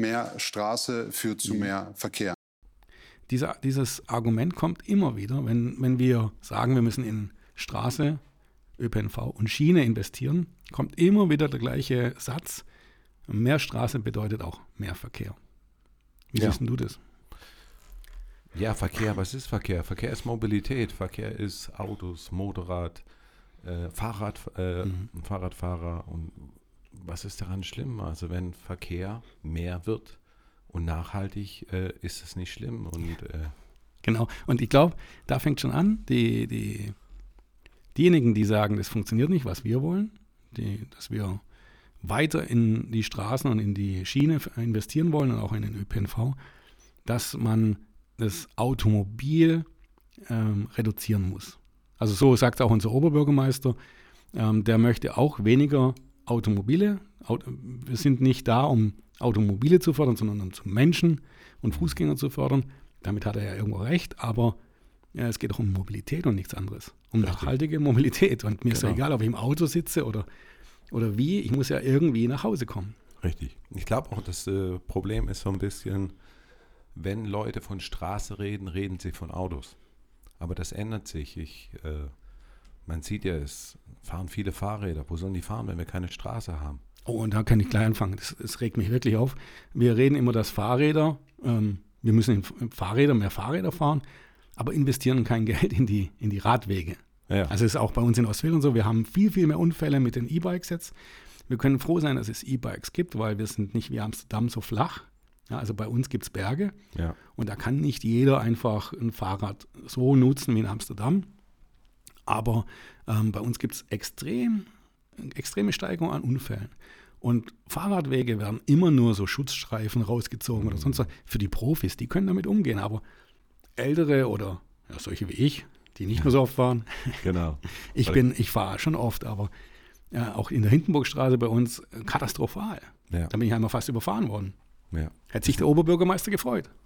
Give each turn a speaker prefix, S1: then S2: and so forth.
S1: mehr Straße führt zu mehr Verkehr.
S2: Dieses Argument kommt immer wieder, wenn wir sagen, wir müssen in Straße, ÖPNV und Schiene investieren, kommt immer wieder der gleiche Satz. Mehr Straße bedeutet auch mehr Verkehr. Wie siehst du das?
S3: Ja, Verkehr, was ist Verkehr? Verkehr ist Mobilität. Verkehr ist Autos, Motorrad, Fahrradfahrer. Und was ist daran schlimm? Also wenn Verkehr mehr wird und nachhaltig, ist es nicht schlimm. Und,
S2: genau. Und ich glaube, da fängt schon an, diejenigen, die sagen, das funktioniert nicht, was wir wollen, dass wir weiter in die Straßen und in die Schiene investieren wollen und auch in den ÖPNV, dass man das Automobil reduzieren muss. Also so sagt auch unser Oberbürgermeister, der möchte auch weniger Automobile. Wir sind nicht da, um Automobile zu fördern, sondern um Menschen und Fußgänger zu fördern. Damit hat er ja irgendwo recht, aber es geht auch um Mobilität und nichts anderes. Um nachhaltige Mobilität. Und mir ist ja egal, ob ich im Auto sitze oder wie, ich muss ja irgendwie nach Hause kommen.
S3: Richtig. Ich glaube auch, das Problem ist so ein bisschen, wenn Leute von Straße reden, reden sie von Autos. Aber das ändert sich. Man sieht ja, es fahren viele Fahrräder. Wo sollen die fahren, wenn wir keine Straße haben?
S2: Oh, und da kann ich gleich anfangen. Das regt mich wirklich auf. Wir reden immer, dass Fahrräder, wir müssen mehr Fahrräder fahren, aber investieren kein Geld in die Radwege. Ja. Also es ist auch bei uns in Ostfildern so, wir haben viel, viel mehr Unfälle mit den E-Bikes jetzt. Wir können froh sein, dass es E-Bikes gibt, weil wir sind nicht wie Amsterdam so flach. Ja, also bei uns gibt es Berge und da kann nicht jeder einfach ein Fahrrad so nutzen wie in Amsterdam. Aber bei uns gibt es extreme Steigerung an Unfällen. Und Fahrradwege werden immer nur so Schutzstreifen rausgezogen oder sonst was. Für die Profis, die können damit umgehen. Aber Ältere oder solche wie ich, die nicht mehr so oft fahren.
S3: Genau.
S2: Ich fahre schon oft, aber auch in der Hindenburgstraße bei uns katastrophal.
S3: Ja.
S2: Da bin ich einmal fast überfahren worden.
S3: Ja.
S2: Hätte sich der Oberbürgermeister gefreut.